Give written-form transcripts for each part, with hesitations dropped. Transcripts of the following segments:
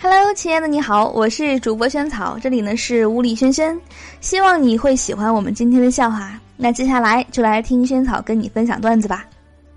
Hello， 亲爱的你好，我是主播萱草，这里呢是无理萱萱，希望你会喜欢我们今天的笑话。那接下来就来听萱草跟你分享段子吧。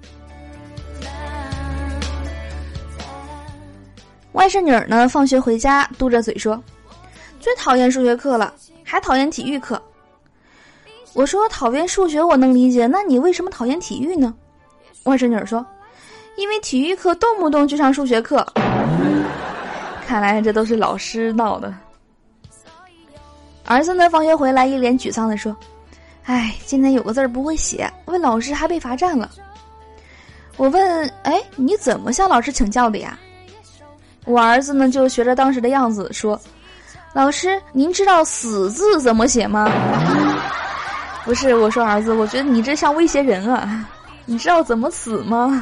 外甥女儿呢，放学回家嘟着嘴说，最讨厌数学课了，还讨厌体育课。我说讨厌数学我能理解，那你为什么讨厌体育呢？外甥女儿说，因为体育课动不动就上数学课。看来这都是老师闹的。儿子呢，放学回来一脸沮丧地说，哎，今天有个字不会写，问老师还被罚站了。我问，哎，你怎么向老师请教的呀？我儿子呢就学着当时的样子说，老师您知道死字怎么写吗？不是，我说儿子，我觉得你这像威胁人啊，你知道怎么死吗？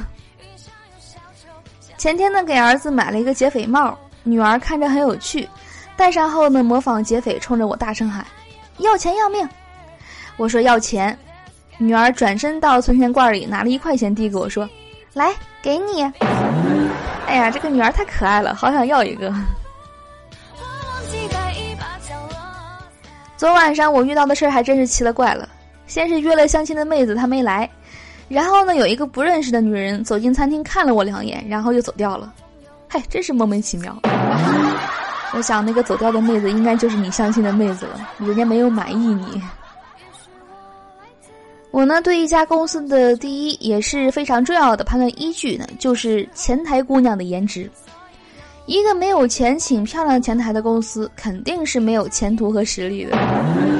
前天呢给儿子买了一个劫匪帽，女儿看着很有趣，戴上后呢模仿劫匪冲着我大声喊，要钱要命。我说要钱，女儿转身到存钱罐里拿了1块钱递给我说，来给你。哎呀，这个女儿太可爱了，好想要一个。昨晚上我遇到的事还真是奇了怪了，先是约了相亲的妹子，她没来，然后呢有一个不认识的女人走进餐厅看了我2眼，然后就走掉了。嗨，真是莫名其妙。我想那个走掉的妹子应该就是你相亲的妹子了，人家没有满意你。我呢对一家公司的第一也是非常重要的判断依据呢，就是前台姑娘的颜值。一个没有钱请漂亮前台的公司肯定是没有前途和实力的。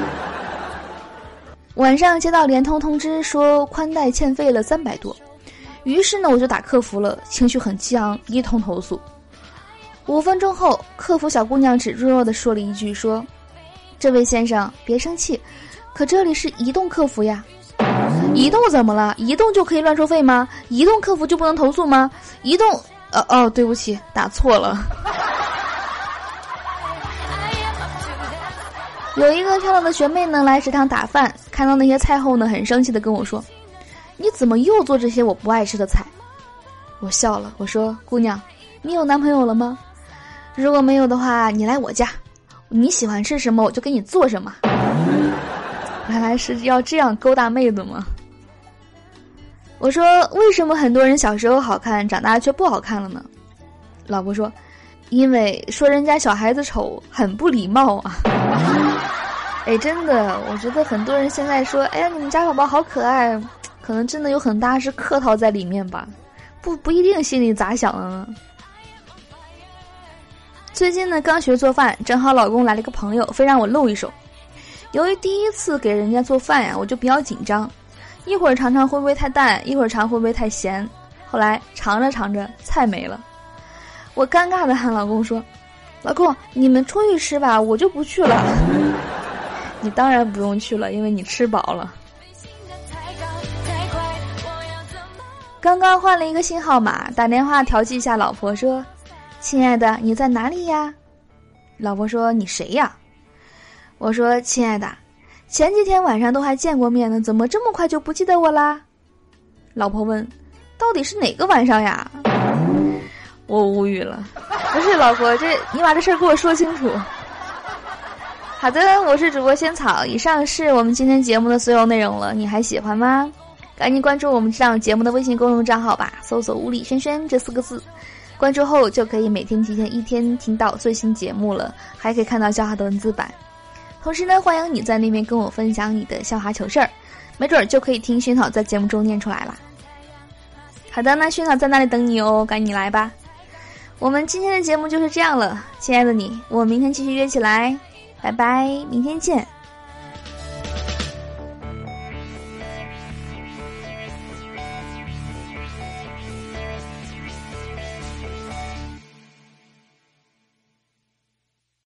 晚上接到联通通知说宽带欠费了300多，于是呢我就打客服了，情绪很激昂，一通投诉。5分钟后，客服小姑娘只弱弱地说了一句，说，这位先生别生气，可这里是移动客服呀。移动怎么了？移动就可以乱收费吗？移动客服就不能投诉吗？移动对不起，打错了。有一个漂亮的学妹呢来食堂打饭，看到那些菜后呢很生气地跟我说，你怎么又做这些我不爱吃的菜？我笑了，我说，姑娘，你有男朋友了吗？如果没有的话，你来我家，你喜欢吃什么我就给你做什么。原来是要这样勾搭妹子吗？我说，为什么很多人小时候好看，长大却不好看了呢？老婆说，因为说人家小孩子丑很不礼貌啊。哎，真的，我觉得很多人现在说，哎呀，你们家宝宝好可爱，可能真的有很大是客套在里面吧，不一定心里咋想的呢。最近呢刚学做饭，正好老公来了个朋友，非让我露一手。由于第一次给人家做饭呀，我就比较紧张，一会儿尝尝会不会太淡，一会儿尝会不会太咸。后来尝着尝着菜没了，我尴尬地喊老公说，老公你们出去吃吧，我就不去了。你当然不用去了，因为你吃饱了。刚刚换了一个新号码，打电话调剂一下老婆说，亲爱的你在哪里呀？老婆说，你谁呀？我说，亲爱的，前几天晚上都还见过面呢，怎么这么快就不记得我啦？老婆问，到底是哪个晚上呀？我无语了。不是老婆，你把这事儿给我说清楚。好的，我是主播仙草，以上是我们今天节目的所有内容了，你还喜欢吗？赶紧关注我们这档节目的微信公众账号吧，搜索无理萱萱这4个字，关注后就可以每天提前1天听到最新节目了，还可以看到笑话的文字版。同时呢，欢迎你在那边跟我分享你的笑话糗事儿，没准就可以听萱草在节目中念出来了。好的，那萱草在那里等你哦，赶紧来吧。我们今天的节目就是这样了，亲爱的你，我们明天继续约起来，拜拜，明天见。